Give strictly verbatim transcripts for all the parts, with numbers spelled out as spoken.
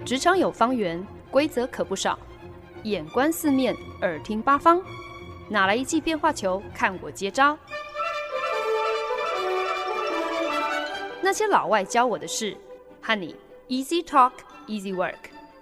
职场有方圆，规则可不少。眼观四面，耳听八方，哪来一记变化球？看我接招！那些老外教我的事，和你 Easy Talk Easy Work。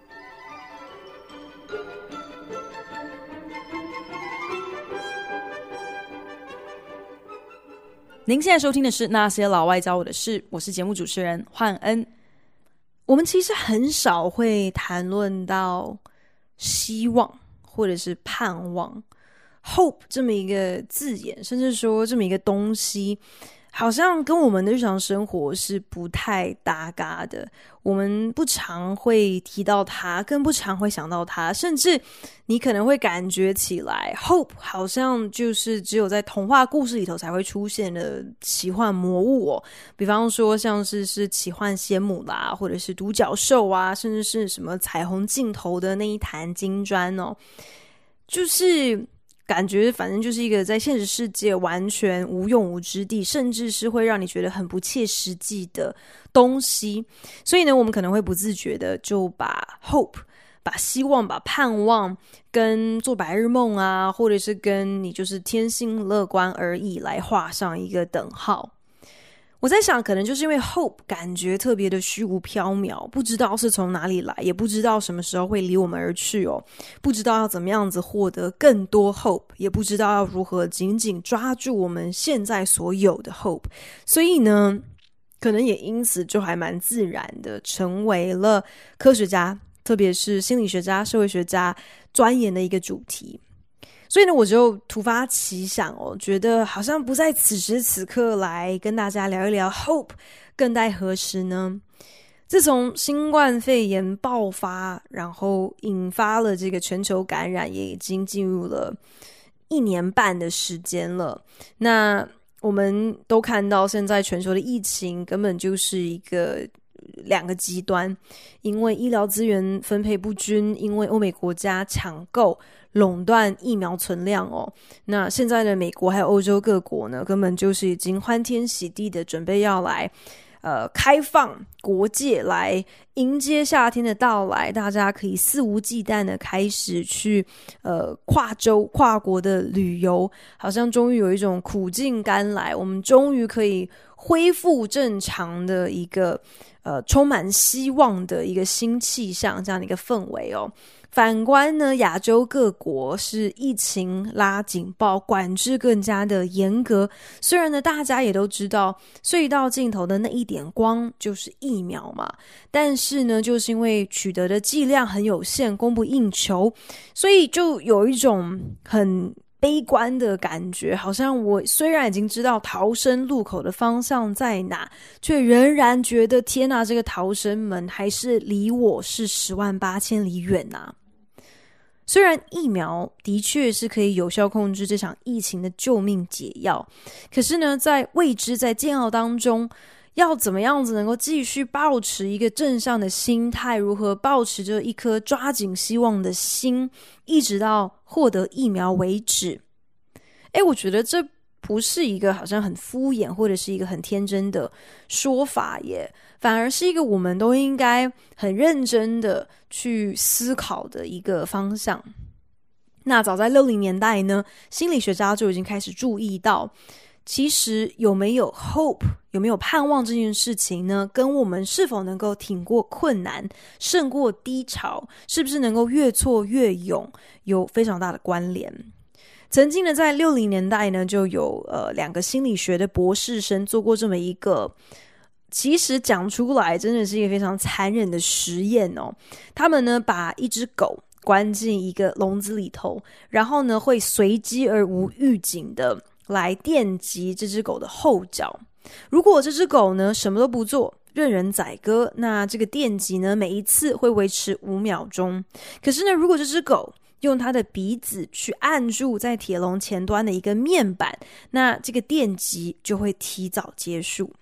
您现在收听的是那些老外教我的事，我是节目主持人焕恩。我们其实很少会谈论到希望或者是盼望 hope 这么一个字眼，甚至说这么一个东西好像跟我们的日常生活是不太搭嘎的，我们不常会提到它，更不常会想到它，甚至你可能会感觉起来 hope 好像就是只有在童话故事里头才会出现的奇幻魔物哦，比方说像是是奇幻仙母啦，或者是独角兽啊，甚至是什么彩虹尽头的那一坛金砖哦，就是感觉反正就是一个在现实世界完全无用武之地，甚至是会让你觉得很不切实际的东西。所以呢，我们可能会不自觉的就把 hope 把希望把盼望跟做白日梦啊，或者是跟你就是天性乐观而已来画上一个等号。我在想可能就是因为 hope 感觉特别的虚无缥缈，不知道是从哪里来，也不知道什么时候会离我们而去哦，不知道要怎么样子获得更多 hope， 也不知道要如何紧紧抓住我们现在所有的 hope， 所以呢可能也因此就还蛮自然的成为了科学家，特别是心理学家社会学家钻研的一个主题。所以呢，我就突发奇想哦，觉得好像不在此时此刻来跟大家聊一聊 hope 更待何时呢？自从新冠肺炎爆发，然后引发了这个全球感染，也已经进入了一年半的时间了。那我们都看到现在全球的疫情根本就是一个两个极端，因为医疗资源分配不均，因为欧美国家抢购垄断疫苗存量哦，那现在的美国还有欧洲各国呢，根本就是已经欢天喜地的准备要来呃开放国界，来迎接夏天的到来，大家可以肆无忌惮的开始去呃跨州跨国的旅游，好像终于有一种苦尽甘来，我们终于可以恢复正常的一个呃充满希望的一个新气象，这样的一个氛围哦。反观呢，亚洲各国是疫情拉警报，管制更加的严格。虽然呢，大家也都知道隧道尽头的那一点光就是疫苗嘛，但是呢，就是因为取得的剂量很有限，供不应求，所以就有一种很悲观的感觉，好像我虽然已经知道逃生路口的方向在哪，却仍然觉得天哪，这个逃生门还是离我是十万八千里远啊。虽然疫苗的确是可以有效控制这场疫情的救命解药，可是呢，在未知在煎熬当中，要怎么样子能够继续抱持一个正向的心态，如何抱持着一颗抓紧希望的心，一直到获得疫苗为止。诶，我觉得这不是一个好像很敷衍或者是一个很天真的说法耶，反而是一个我们都应该很认真的去思考的一个方向。那早在六零年代呢，心理学家就已经开始注意到，其实有没有 hope 有没有盼望这件事情呢，跟我们是否能够挺过困难胜过低潮，是不是能够越挫越勇，有非常大的关联。曾经呢，在六零年代呢，就有呃两个心理学的博士生做过这么一个，其实讲出来真的是一个非常残忍的实验哦。他们呢把一只狗关进一个笼子里头，然后呢会随机而无预警的来电击这只狗的后脚。如果这只狗呢什么都不做，任人宰割，那这个电击呢每一次会维持五秒钟。可是呢，如果这只狗用它的鼻子去按住在铁笼前端的一个面板，那这个电击就会提早结束。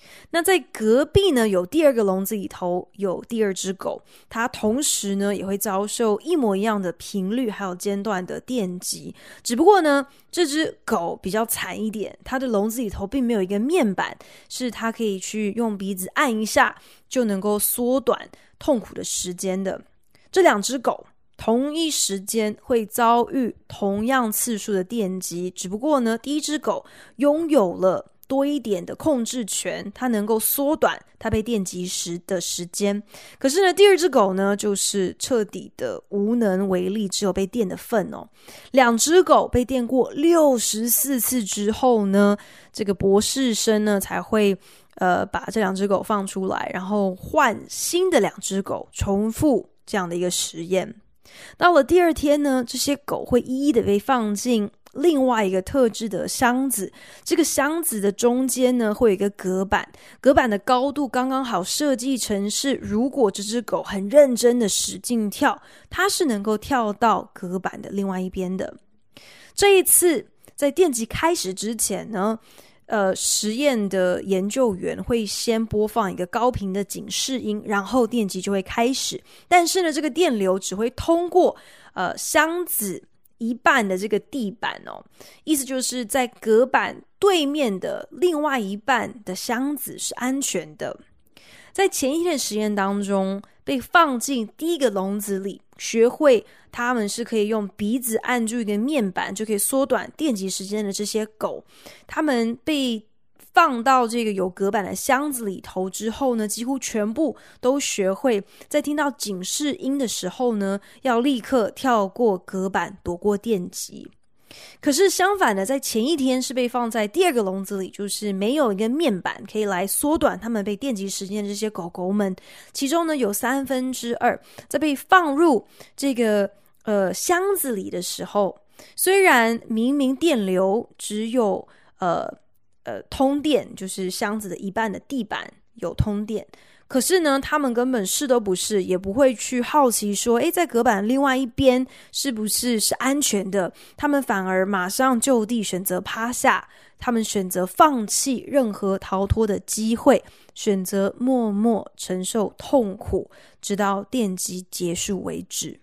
那在隔壁呢，有第二个笼子里头有第二只狗，它同时呢也会遭受一模一样的频率还有间断的电击，只不过呢这只狗比较惨一点，它的笼子里头并没有一个面板，是它可以去用鼻子按一下就能够缩短痛苦的时间的。这两只狗同一时间会遭遇同样次数的电击，只不过呢第一只狗拥有了多一点的控制权，它能够缩短它被电击时的时间。可是呢，第二只狗呢，就是彻底的无能为力，只有被电的份哦。两只狗被电过六十四次之后呢，这个博士生呢才会呃把这两只狗放出来，然后换新的两只狗，重复这样的一个实验。到了第二天呢，这些狗会一一的被放进另外一个特制的箱子，这个箱子的中间呢会有一个隔板，隔板的高度刚刚好设计成是，如果这只狗很认真的使劲跳，它是能够跳到隔板的另外一边的。这一次在电击开始之前呢，呃，实验的研究员会先播放一个高频的警示音，然后电击就会开始。但是呢，这个电流只会通过呃箱子一半的这个地板哦，意思就是在隔板对面的另外一半的箱子是安全的。在前一天的实验当中，被放进第一个笼子里，学会他们是可以用鼻子按住一个面板就可以缩短电击时间的这些狗，他们被放到这个有隔板的箱子里头之后呢，几乎全部都学会在听到警示音的时候呢，要立刻跳过隔板躲过电击。可是相反的，在前一天是被放在第二个笼子里，就是没有一个面板可以来缩短他们被电击时间的这些狗狗们，其中呢有三分之二在被放入这个呃箱子里的时候，虽然明明电流只有呃呃通电，就是箱子的一半的地板有通电，可是呢他们根本是都不是，也不会去好奇说诶在隔板另外一边是不是是安全的，他们反而马上就地选择趴下，他们选择放弃任何逃脱的机会，选择默默承受痛苦直到电击结束为止。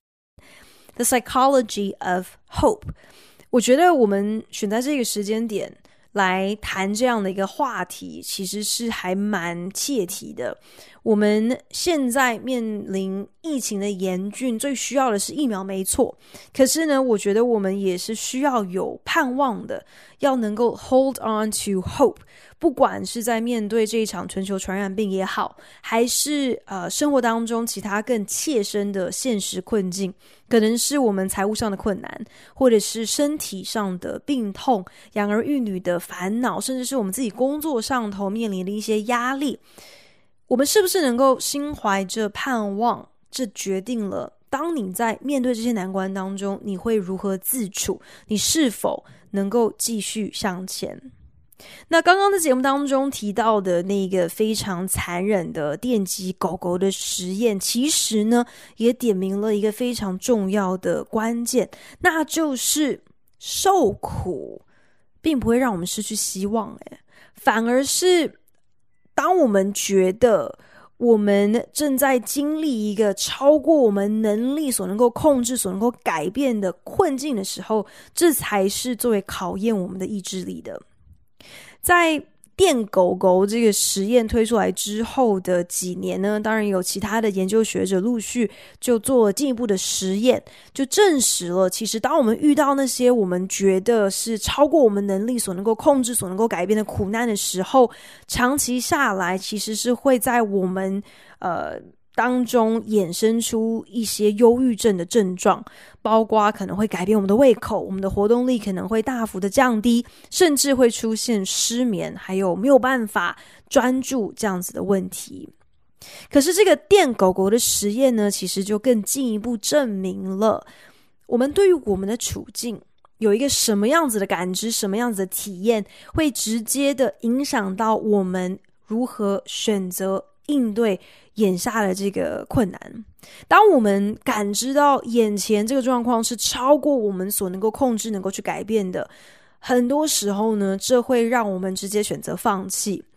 The psychology of hope， 我觉得我们选在这个时间点来谈这样的一个话题，其实是还蛮切题的。我们现在面临疫情的严峻，最需要的是疫苗没错，可是呢我觉得我们也是需要有盼望的，要能够 hold on to hope， 不管是在面对这一场全球传染病也好，还是呃生活当中其他更切身的现实困境，可能是我们财务上的困难，或者是身体上的病痛，养儿育女的烦恼，甚至是我们自己工作上头面临的一些压力，我们是不是能够心怀着盼望，这决定了当你在面对这些难关当中，你会如何自处，你是否能够继续向前。那刚刚在节目当中提到的那个非常残忍的电击狗狗的实验，其实呢也点明了一个非常重要的关键，那就是受苦并不会让我们失去希望，诶，反而是当我们觉得我们正在经历一个超过我们能力所能够控制、所能够改变的困境的时候，这才是作为考验我们的意志力的。在电狗狗这个实验推出来之后的几年呢，当然有其他的研究学者陆续就做进一步的实验，就证实了其实当我们遇到那些我们觉得是超过我们能力所能够控制、所能够改变的苦难的时候，长期下来其实是会在我们呃当中衍生出一些忧郁症的症状，包括可能会改变我们的胃口，我们的活动力可能会大幅的降低，甚至会出现失眠，还有没有办法专注这样子的问题。可是这个电狗狗的实验呢，其实就更进一步证明了我们对于我们的处境有一个什么样子的感知，什么样子的体验，会直接的影响到我们如何选择应对眼下的这个困难。当我们感知到眼前这个状况是超过我们所能够控制、能够去改变的，很多时候呢，这会让我们直接选择放弃。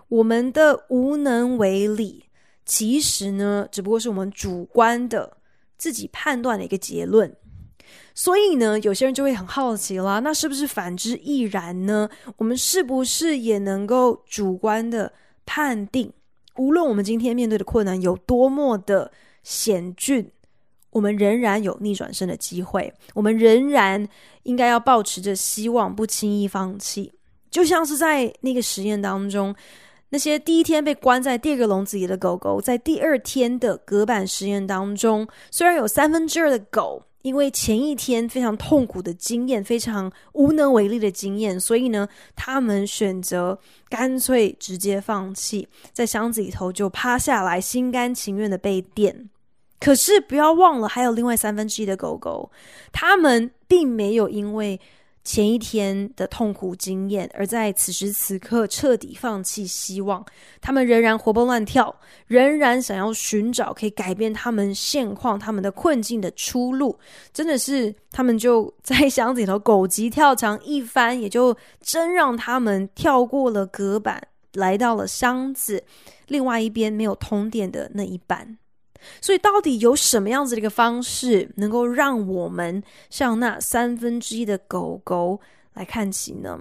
我们的无能为力，其实呢，只不过是我们主观的自己判断的一个结论。所以呢，有些人就会很好奇啦，那是不是反之亦然呢？我们是不是也能够主观的判定，无论我们今天面对的困难有多么的险峻，我们仍然有逆转胜的机会，我们仍然应该要抱持着希望，不轻易放弃。就像是在那个实验当中，那些第一天被关在第二个笼子里的狗狗，在第二天的隔板实验当中，虽然有三分之二的狗因为前一天非常痛苦的经验，非常无能为力的经验，所以呢，他们选择干脆直接放弃，在箱子里头就趴下来，心甘情愿的被电。可是不要忘了，还有另外三分之一的狗狗，他们并没有因为前一天的痛苦经验而在此时此刻彻底放弃希望，他们仍然活蹦乱跳，仍然想要寻找可以改变他们现况、他们的困境的出路。真的是他们就在箱子里头狗急跳墙一番，也就真让他们跳过了隔板，来到了箱子另外一边没有通电的那一半。所以到底有什么样子的一个方式能够让我们像那三分之一的狗狗来看齐呢？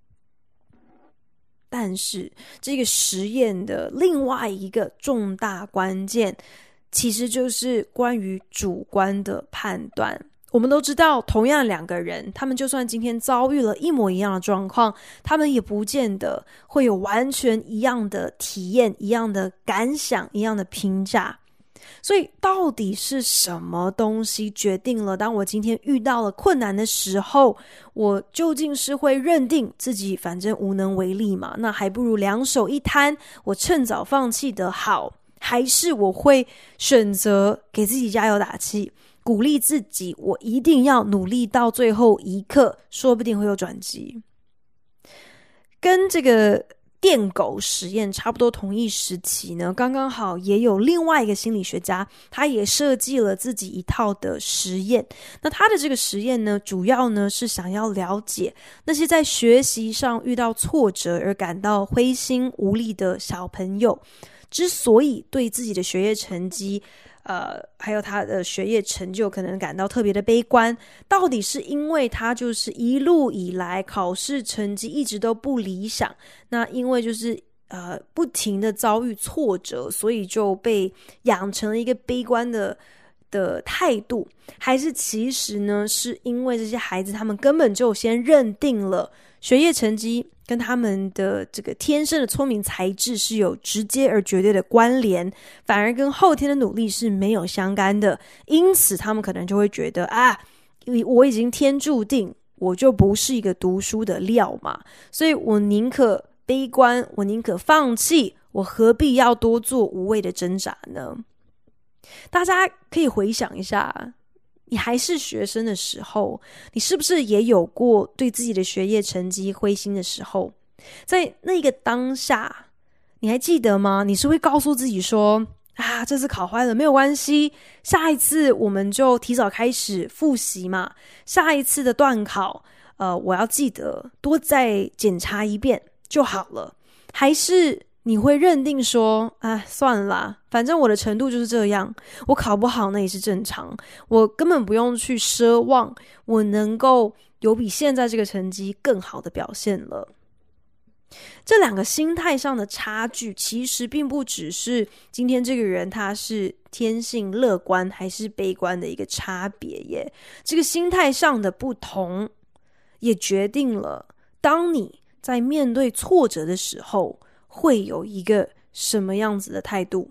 但是这个实验的另外一个重大关键，其实就是关于主观的判断。我们都知道，同样两个人，他们就算今天遭遇了一模一样的状况，他们也不见得会有完全一样的体验、一样的感想、一样的评价。所以到底是什么东西决定了当我今天遇到了困难的时候，我究竟是会认定自己反正无能为力嘛，那还不如两手一摊，我趁早放弃的好，还是我会选择给自己加油打气，鼓励自己我一定要努力到最后一刻，说不定会有转机。跟这个电狗实验差不多同一时期呢，刚刚好也有另外一个心理学家，他也设计了自己一套的实验。那他的这个实验呢，主要呢是想要了解那些在学习上遇到挫折而感到灰心无力的小朋友，之所以对自己的学业成绩呃，还有他的学业成就可能感到特别的悲观，到底是因为他就是一路以来考试成绩一直都不理想，那因为就是呃不停的遭遇挫折，所以就被养成了一个悲观的的态度，还是其实呢是因为这些孩子他们根本就先认定了学业成绩跟他们的这个天生的聪明才智是有直接而绝对的关联，反而跟后天的努力是没有相干的。因此他们可能就会觉得啊，我已经天注定我就不是一个读书的料嘛，所以我宁可悲观，我宁可放弃，我何必要多做无谓的挣扎呢？大家可以回想一下，你还是学生的时候，你是不是也有过对自己的学业成绩灰心的时候？在那个当下，你还记得吗？你是会告诉自己说啊，这次考坏了没有关系，下一次我们就提早开始复习嘛，下一次的段考呃，我要记得多再检查一遍就好了？还是你会认定说，哎，算了啦，反正我的程度就是这样，我考不好那也是正常，我根本不用去奢望我能够有比现在这个成绩更好的表现了。这两个心态上的差距，其实并不只是今天这个人他是天性乐观还是悲观的一个差别耶。这个心态上的不同，也决定了当你在面对挫折的时候会有一个什么样子的态度。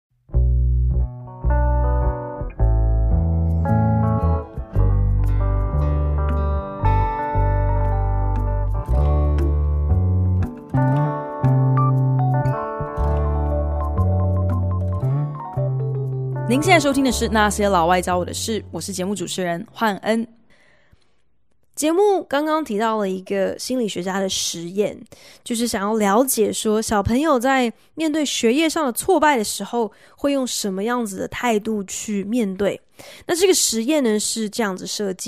您现在收听的是那些老外教我的事，我是节目主持人焕恩。节目刚刚提到了一个心理学家的实验，就是想要了解说小朋友在面对学业上的挫败的时候会用什么样子的态度去面对。那这个实验呢是这样子设计的，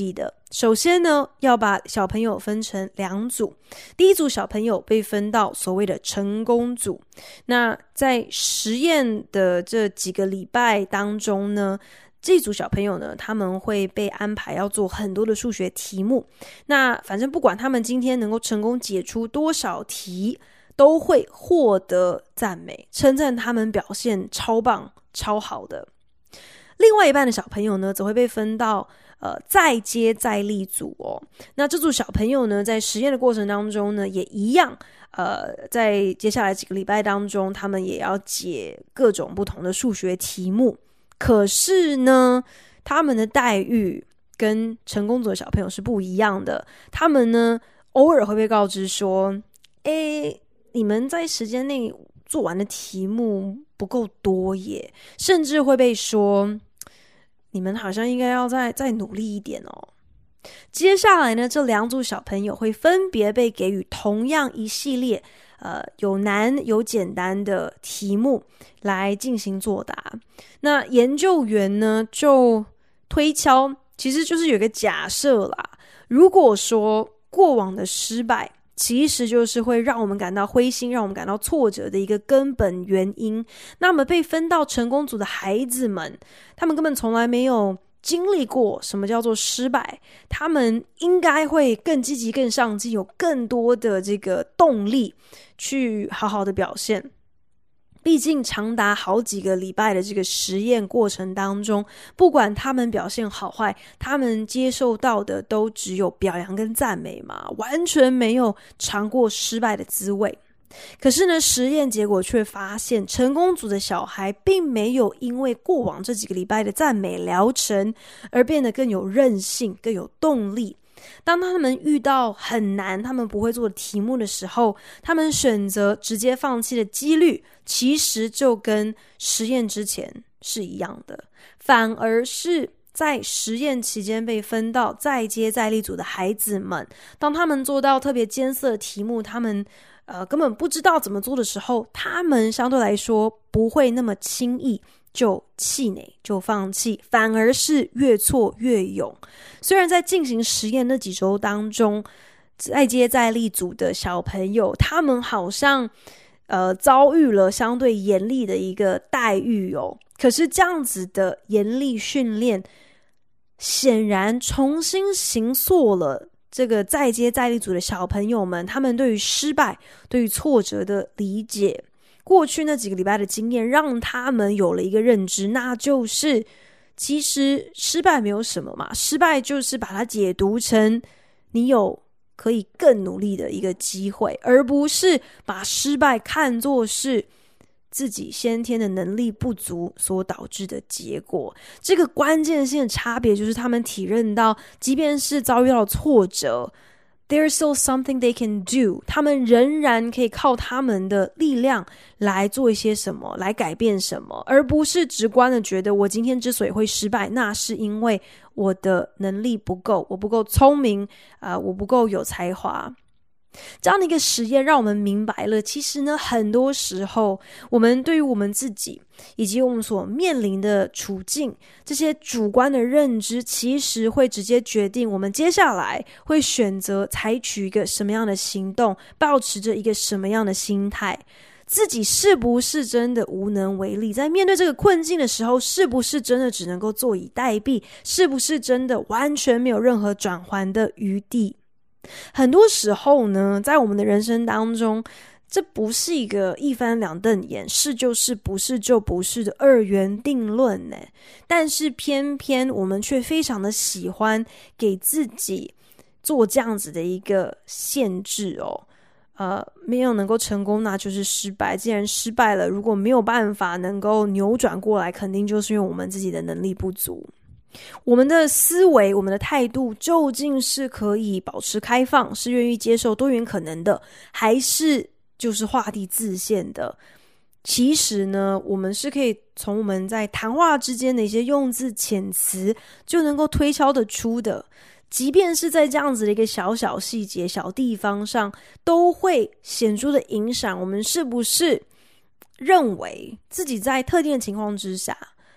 首先呢，要把小朋友分成两组，第一组小朋友被分到所谓的成功组。那在实验的这几个礼拜当中呢，这组小朋友呢，他们会被安排要做很多的数学题目。那反正不管他们今天能够成功解出多少题，都会获得赞美，称赞他们表现超棒、超好的。另外一半的小朋友呢，则会被分到呃再接再厉组哦。那这组小朋友呢，在实验的过程当中呢，也一样，呃，在接下来几个礼拜当中，他们也要解各种不同的数学题目。可是呢，他们的待遇跟成功组的小朋友是不一样的。他们呢，偶尔会被告知说，诶，你们在时间内做完的题目不够多耶，甚至会被说，你们好像应该要再再努力一点哦。接下来呢，这两组小朋友会分别被给予同样一系列呃有难有简单的题目来进行作答。那研究员呢就推敲，其实就是有一个假设啦，如果说过往的失败其实就是会让我们感到灰心，让我们感到挫折的一个根本原因。那么被分到成功组的孩子们，他们根本从来没有经历过什么叫做失败，他们应该会更积极、更上进，有更多的这个动力去好好的表现。毕竟长达好几个礼拜的这个实验过程当中，不管他们表现好坏，他们接受到的都只有表扬跟赞美嘛，完全没有尝过失败的滋味。可是呢，实验结果却发现，成功组的小孩并没有因为过往这几个礼拜的赞美疗程而变得更有韧性、更有动力。当他们遇到很难他们不会做的题目的时候，他们选择直接放弃的几率其实就跟实验之前是一样的。反而是在实验期间被分到再接再厉组的孩子们，当他们做到特别艰涩的题目，他们呃根本不知道怎么做的时候，他们相对来说不会那么轻易就气馁就放弃，反而是越挫越勇。虽然在进行实验那几周当中，再接再厉组的小朋友他们好像呃遭遇了相对严厉的一个待遇哦，可是这样子的严厉训练显然重新形塑了这个再接再厉组的小朋友们，他们对于失败、对于挫折的理解。过去那几个礼拜的经验让他们有了一个认知，那就是其实失败没有什么嘛，失败就是把它解读成你有可以更努力的一个机会，而不是把失败看作是自己先天的能力不足所导致的结果。这个关键性的差别就是他们体认到，即便是遭遇到挫折，There's still something they can do. 他们仍然可以靠他们的力量来做一些什么，来改变什么，而不是直观的觉得我今天之所以会失败，那是因为我的能力不够，我不够聪明，呃，我不够有才华。这样的一个实验让我们明白了，其实呢，很多时候我们对于我们自己以及我们所面临的处境，这些主观的认知其实会直接决定我们接下来会选择采取一个什么样的行动，抱持着一个什么样的心态，自己是不是真的无能为力，在面对这个困境的时候，是不是真的只能够坐以待毙，是不是真的完全没有任何转圜的余地。很多时候呢，在我们的人生当中，这不是一个一翻两瞪眼，是就是，不是就不是的二元定论呢。但是偏偏我们却非常的喜欢给自己做这样子的一个限制哦。呃，没有能够成功，那就是失败。既然失败了，如果没有办法能够扭转过来，肯定就是因为我们自己的能力不足。我们的思维，我们的态度究竟是可以保持开放，是愿意接受多元可能的，还是就是画地自限的？其实呢，我们是可以从我们在谈话之间的一些用字遣词就能够推敲得出的。即便是在这样子的一个小小细节、小地方上，都会显著的影响我们是不是认为自己在特定的情况之下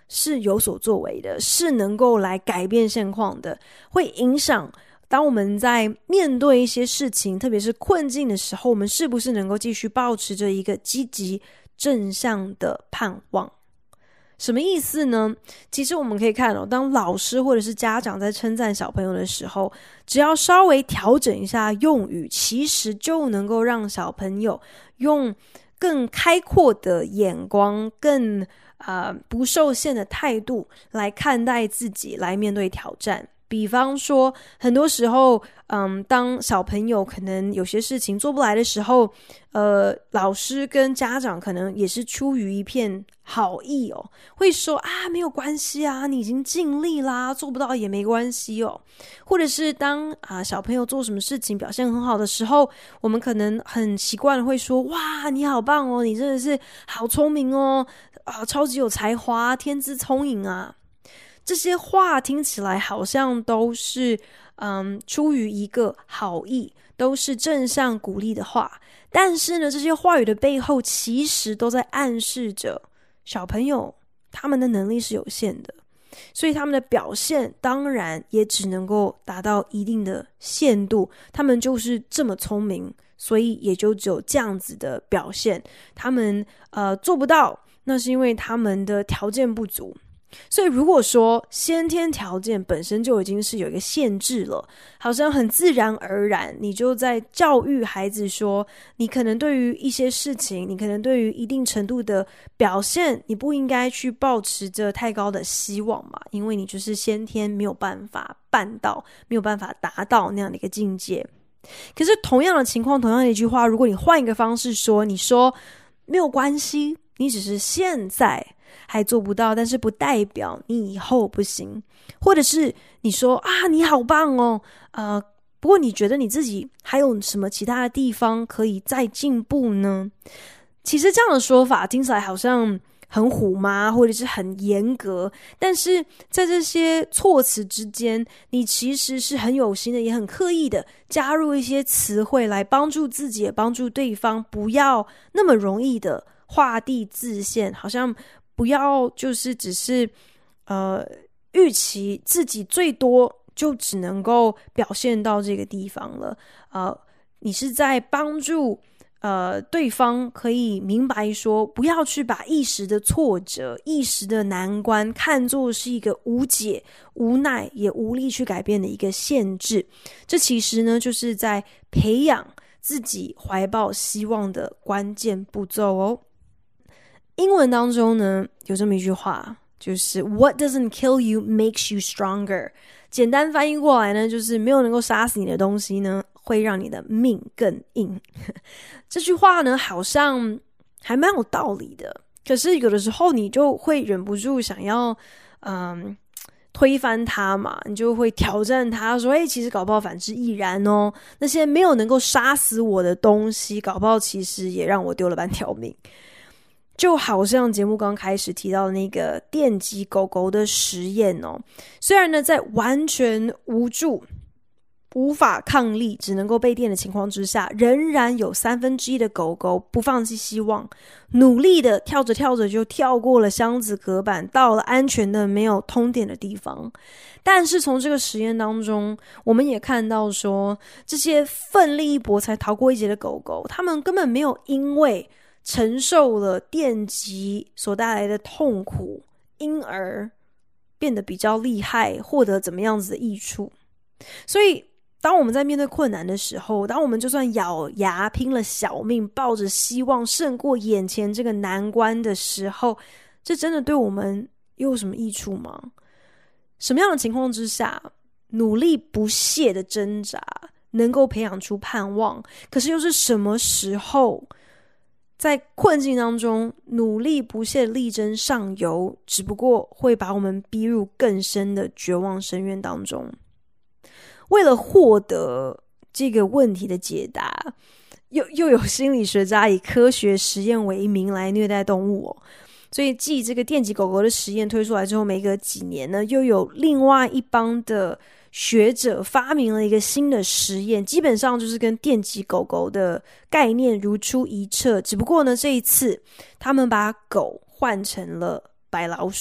是有所作为的，是能够来改变现况的，会影响当我们在面对一些事情，特别是困境的时候，我们是不是能够继续保持着一个积极正向的盼望。什么意思呢？其实我们可以看哦，当老师或者是家长在称赞小朋友的时候，只要稍微调整一下用语，其实就能够让小朋友用更开阔的眼光，更呃不受限的态度来看待自己，来面对挑战。比方说很多时候嗯，当小朋友可能有些事情做不来的时候，呃，老师跟家长可能也是出于一片好意哦，会说啊没有关系啊，你已经尽力啦，做不到也没关系哦。或者是当啊、呃、小朋友做什么事情表现很好的时候，我们可能很习惯的会说，哇你好棒哦，你真的是好聪明哦，啊超级有才华，天资聪颖啊。这些话听起来好像都是嗯出于一个好意，都是正向鼓励的话，但是呢，这些话语的背后其实都在暗示着小朋友他们的能力是有限的，所以他们的表现当然也只能够达到一定的限度，他们就是这么聪明，所以也就只有这样子的表现，他们呃做不到，那是因为他们的条件不足。所以如果说先天条件本身就已经是有一个限制了，好像很自然而然你就在教育孩子说，你可能对于一些事情，你可能对于一定程度的表现，你不应该去抱持着太高的希望嘛，因为你就是先天没有办法办到，没有办法达到那样的一个境界。可是同样的情况，同样的一句话，如果你换一个方式说，你说没有关系，你只是现在还做不到，但是不代表你以后不行。或者是你说啊你好棒哦，呃，不过你觉得你自己还有什么其他的地方可以再进步呢？其实这样的说法听起来好像很虎妈，或者是很严格，但是在这些措辞之间，你其实是很有心的，也很刻意的加入一些词汇来帮助自己，也帮助对方，不要那么容易的画地自限，好像不要就是只是呃预期自己最多就只能够表现到这个地方了。呃，你是在帮助呃对方可以明白说，不要去把一时的挫折、一时的难关看作是一个无解、无奈也无力去改变的一个限制。这其实呢，就是在培养自己怀抱希望的关键步骤哦。英文当中呢，有这么一句话，就是 What doesn't kill you makes you stronger。 简单翻译过来呢，就是没有能够杀死你的东西呢，会让你的命更硬。这句话呢，好像还蛮有道理的，可是有的时候你就会忍不住想要嗯推翻它嘛，你就会挑战它，说诶，其实搞不好反之亦然哦，那些没有能够杀死我的东西，搞不好其实也让我丢了半条命。就好像节目刚开始提到的那个电击狗狗的实验哦，虽然呢在完全无助、无法抗力、只能够被电的情况之下，仍然有三分之一的狗狗不放弃希望，努力的跳着跳着就跳过了箱子隔板，到了安全的没有通电的地方。但是从这个实验当中，我们也看到说，这些奋力一搏才逃过一劫的狗狗，它们根本没有因为承受了电击所带来的痛苦，因而变得比较厉害，获得怎么样子的益处。所以当我们在面对困难的时候，当我们就算咬牙拼了小命，抱着希望胜过眼前这个难关的时候，这真的对我们又有什么益处吗？什么样的情况之下，努力不懈的挣扎能够培养出盼望？可是又是什么时候在困境当中努力不懈力争上游，只不过会把我们逼入更深的绝望深渊当中？为了获得这个问题的解答，又又有心理学家以科学实验为名来虐待动物哦。所以继这个电击狗狗的实验推出来之后，没隔几年呢，又有另外一帮的学者发明了一个新的实验，基本上就是跟电击狗狗的概念如出一辙，只不过呢，这一次他们把狗换成了白老鼠。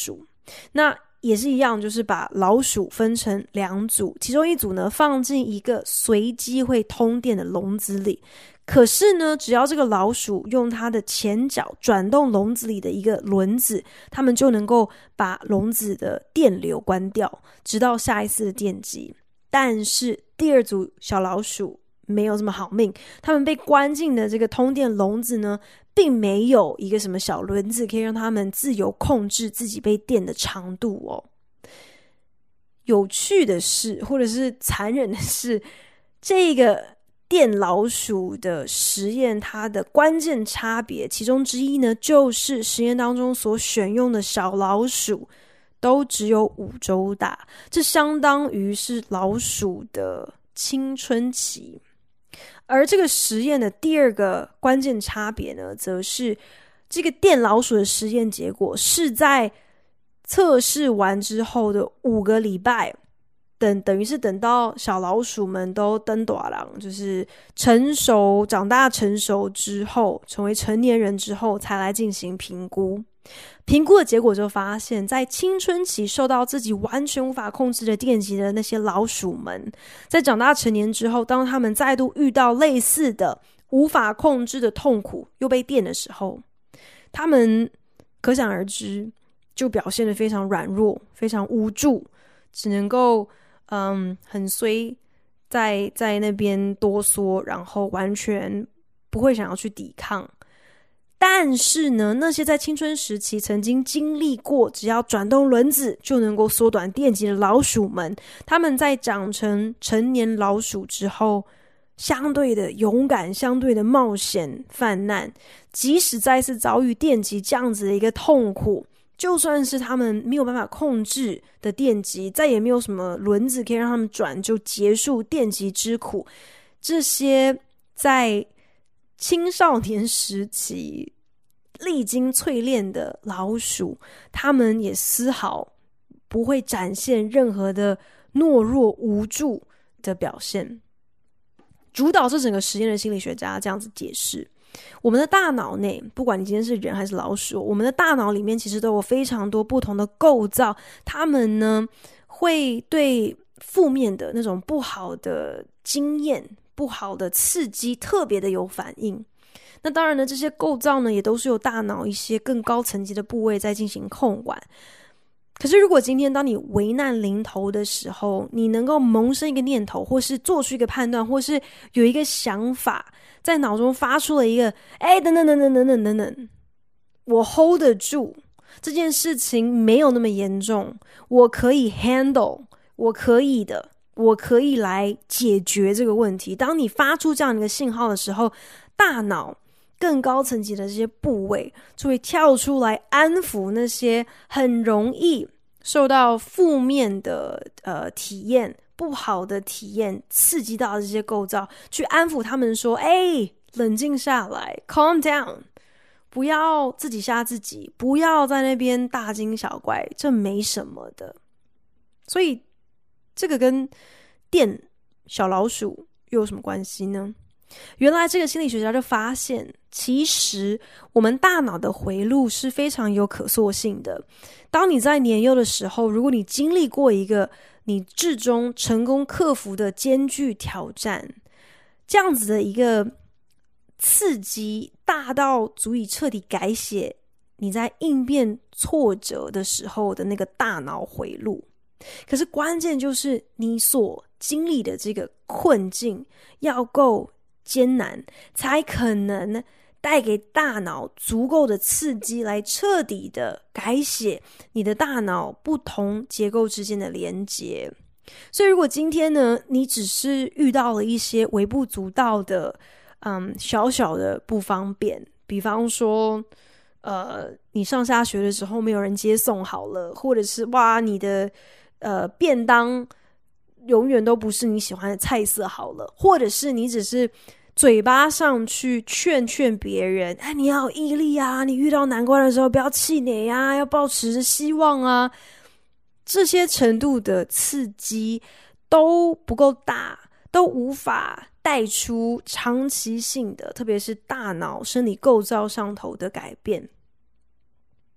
那也是一样，就是把老鼠分成两组，其中一组呢放进一个随机会通电的笼子里，可是呢只要这个老鼠用它的前脚转动笼子里的一个轮子，它们就能够把笼子的电流关掉，直到下一次的电击。但是第二组小老鼠没有这么好命，他们被关进的这个通电笼子呢，并没有一个什么小轮子可以让他们自由控制自己被电的长度哦。有趣的是，或者是残忍的是，这个电老鼠的实验，它的关键差别其中之一呢，就是实验当中所选用的小老鼠都只有五周大，这相当于是老鼠的青春期。而这个实验的第二个关键差别呢，则是这个电老鼠的实验结果是在测试完之后的五个礼拜，等等于是等到小老鼠们都登大人，就是成熟长大成熟之后，成为成年人之后才来进行评估。评估的结果就发现，在青春期受到自己完全无法控制的电击的那些老鼠们，在长大成年之后，当他们再度遇到类似的无法控制的痛苦又被电的时候，他们可想而知就表现得非常软弱，非常无助，只能够嗯很衰在在那边哆嗦，然后完全不会想要去抵抗。但是呢，那些在青春时期曾经经历过只要转动轮子就能够缩短电击的老鼠们，他们在长成成年老鼠之后，相对的勇敢，相对的冒险犯难，即使再次遭遇电击这样子的一个痛苦，就算是他们没有办法控制的电击，再也没有什么轮子可以让他们转就结束电击之苦，这些在青少年时期历经淬炼的老鼠，他们也丝毫不会展现任何的懦弱无助的表现。主导这整个实验的心理学家这样子解释，我们的大脑内，不管你今天是人还是老鼠，我们的大脑里面其实都有非常多不同的构造，他们呢会对负面的那种不好的经验，不好的刺激特别的有反应。那当然呢，这些构造呢也都是由大脑一些更高层级的部位在进行控管。可是如果今天当你危难临头的时候，你能够萌生一个念头，或是做出一个判断，或是有一个想法在脑中发出了一个哎等等等等等等等等，我 hold 得住，这件事情没有那么严重，我可以 handle， 我可以的，我可以来解决这个问题。当你发出这样一个信号的时候，大脑更高层级的这些部位就会跳出来安抚那些很容易受到负面的呃体验、不好的体验刺激到的这些构造，去安抚他们说：“哎，冷静下来 ，calm down， 不要自己吓自己，不要在那边大惊小怪，这没什么的。”所以这个跟电小老鼠又有什么关系呢？原来这个心理学家就发现，其实我们大脑的回路是非常有可塑性的。当你在年幼的时候，如果你经历过一个你至终成功克服的艰巨挑战，这样子的一个刺激大到足以彻底改写你在应变挫折的时候的那个大脑回路。可是关键就是你所经历的这个困境要够艰难，才可能带给大脑足够的刺激，来彻底的改写你的大脑不同结构之间的连结。所以如果今天呢，你只是遇到了一些微不足道的嗯小小的不方便，比方说呃你上下学的时候没有人接送好了，或者是哇你的呃便当永远都不是你喜欢的菜色好了，或者是你只是嘴巴上去劝劝别人，哎，你要有毅力啊，你遇到难关的时候不要气馁啊，要抱持着希望啊，这些程度的刺激都不够大，都无法带出长期性的，特别是大脑生理构造上头的改变。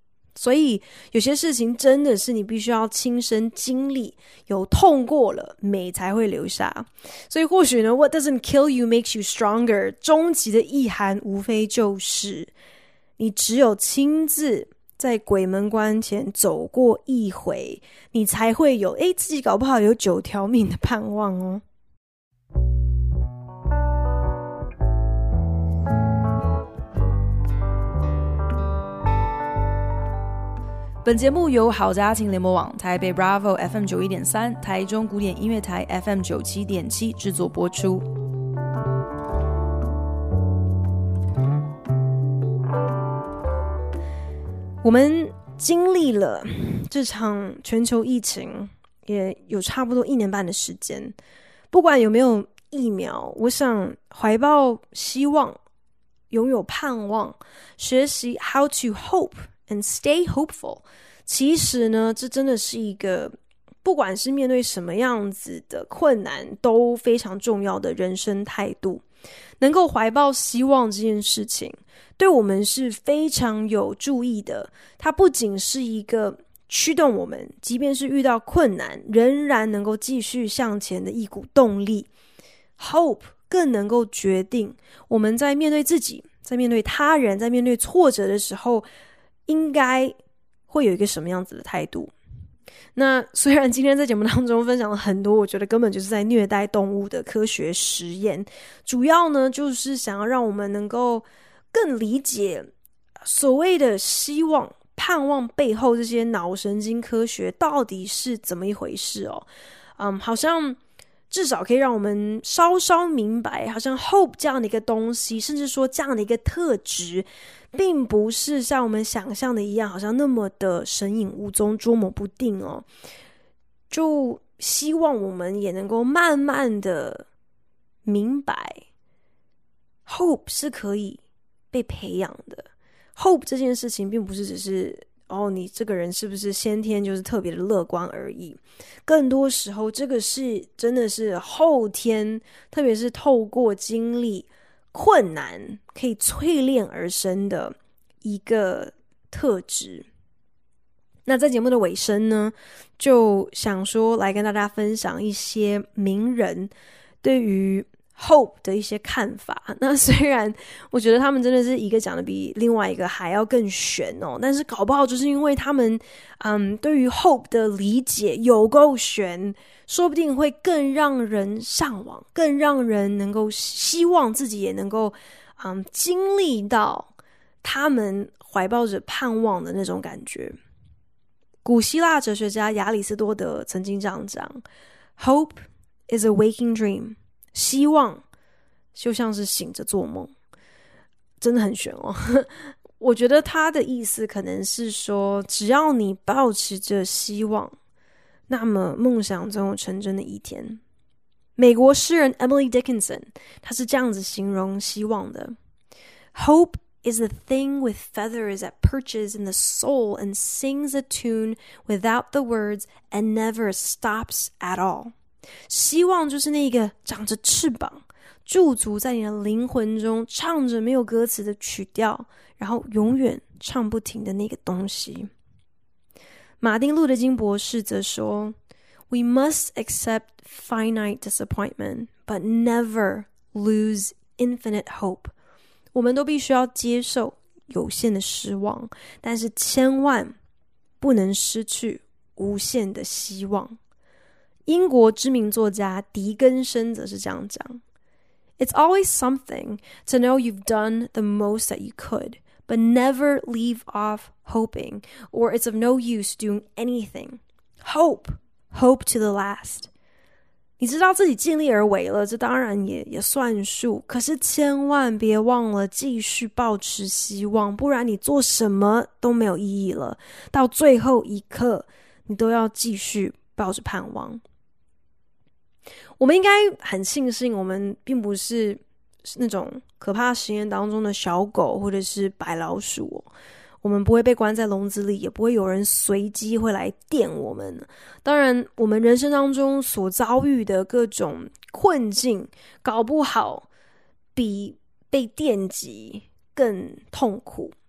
所以有些事情真的是你必须要亲身经历，有痛过了，美才会留下。所以或许呢 What doesn't kill you makes you stronger 终极的意涵无非就是你只有亲自在鬼门关前走过一回，你才会有诶自己搞不好有九条命的盼望哦。本节目由好家庭联播网、台北 Bravo F M 九一点三、台中古典音乐台 F M 九七点七制作播出。我们经历了这场全球疫情，也有差不多一年半的时间。不管有没有疫苗，我想怀抱希望，拥有盼望，学习 how to hope and stay hopeful， 其实呢，这真的是一个不管是面对什么样子的困难都非常重要的人生态度。能够怀抱希望这件事情对我们是非常有助益的，它不仅是一个驱动我们即便是遇到困难仍然能够继续向前的一股动力。 Hope 更能够决定我们在面对自己，在面对他人，在面对挫折的时候应该会有一个什么样子的态度。那虽然今天在节目当中分享了很多我觉得根本就是在虐待动物的科学实验，主要呢就是想要让我们能够更理解所谓的希望盼望背后这些脑神经科学到底是怎么一回事哦。嗯，好像至少可以让我们稍稍明白，好像 hope 这样的一个东西，甚至说这样的一个特质并不是像我们想象的一样好像那么的神隐无踪，捉摸不定哦。就希望我们也能够慢慢的明白 hope 是可以被培养的。 hope 这件事情并不是只是哦，你这个人是不是先天就是特别的乐观而已，更多时候这个是真的是后天，特别是透过经历困难可以淬炼而生的一个特质。那在节目的尾声呢，就想说来跟大家分享一些名人对于 hope 的一些看法。那虽然我觉得他们真的是一个讲的比另外一个还要更玄哦，但是搞不好就是因为他们嗯，对于 hope 的理解有够玄，说不定会更让人向往，更让人能够希望自己也能够嗯，经历到他们怀抱着盼望的那种感觉。古希腊哲学家亚里士多德曾经这样讲， Hope is a waking dream， 希望就像是醒着做梦。真的很玄哦。我觉得他的意思可能是说，只要你抱持着希望，那么梦想总有成真的一天。美国诗人 Emily Dickinson 她是这样子形容希望的， Hope is a thing with feathers that perches in the soul and sings a tune without the words and never stops at all。 希望就是那个长着翅膀驻足在你的灵魂中，唱着没有歌词的曲调，然后永远唱不停的那个东西。马丁路德金博士则说， We must accept finite disappointment, but never lose infinite hope。 我们都必须要接受有限的失望，但是千万不能失去无限的希望。英国知名作家狄更生则是这样讲， It's always something to know you've done the most that you could, but never leave off hoping, or it's of no use doing anything. Hope, hope to the last. 你知道自己尽力而为了，这当然也也算数，可是千万别忘了继续抱持希望，不然你做什么都没有意义了。到最后一刻，你都要继续抱着盼望。我们应该很庆幸，我们并不是那种可怕实验当中的小狗或者是白老鼠哦，我们不会被关在笼子里，也不会有人随机会来电我们。当然我们人生当中所遭遇的各种困境，搞不好比被电击更痛苦。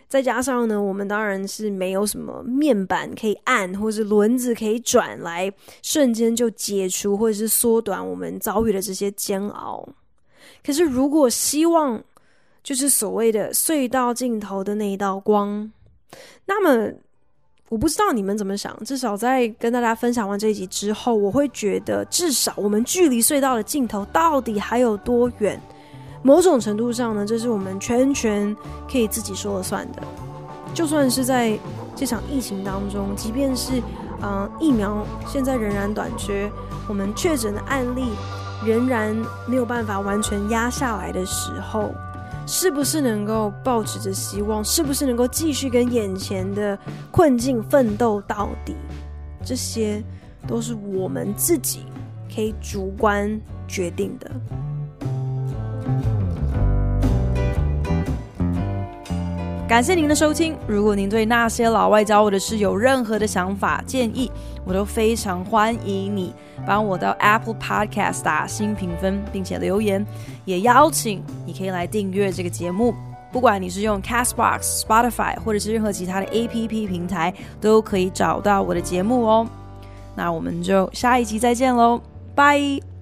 再加上呢，我们当然是没有什么面板可以按，或是轮子可以转来瞬间就解除或者是缩短我们遭遇的这些煎熬。可是如果希望就是所谓的隧道尽头的那一道光，那么我不知道你们怎么想，至少在跟大家分享完这一集之后，我会觉得至少我们距离隧道的尽头到底还有多远，某种程度上呢，这是我们全权可以自己说了算的。就算是在这场疫情当中，即便是、呃、疫苗现在仍然短缺，我们确诊的案例仍然没有办法完全压下来的时候，是不是能够抱持着希望，是不是能够继续跟眼前的困境奋斗到底，这些都是我们自己可以主观决定的。感谢您的收听，如果您对那些老外教我的事有任何的想法建议，我都非常欢迎你帮我到 Apple Podcast 打新评分并且留言，也邀请你可以来订阅这个节目，不管你是用 Castbox、Spotify 或者是任何其他的 A P P 平台都可以找到我的节目哦。那我们就下一集再见咯，拜。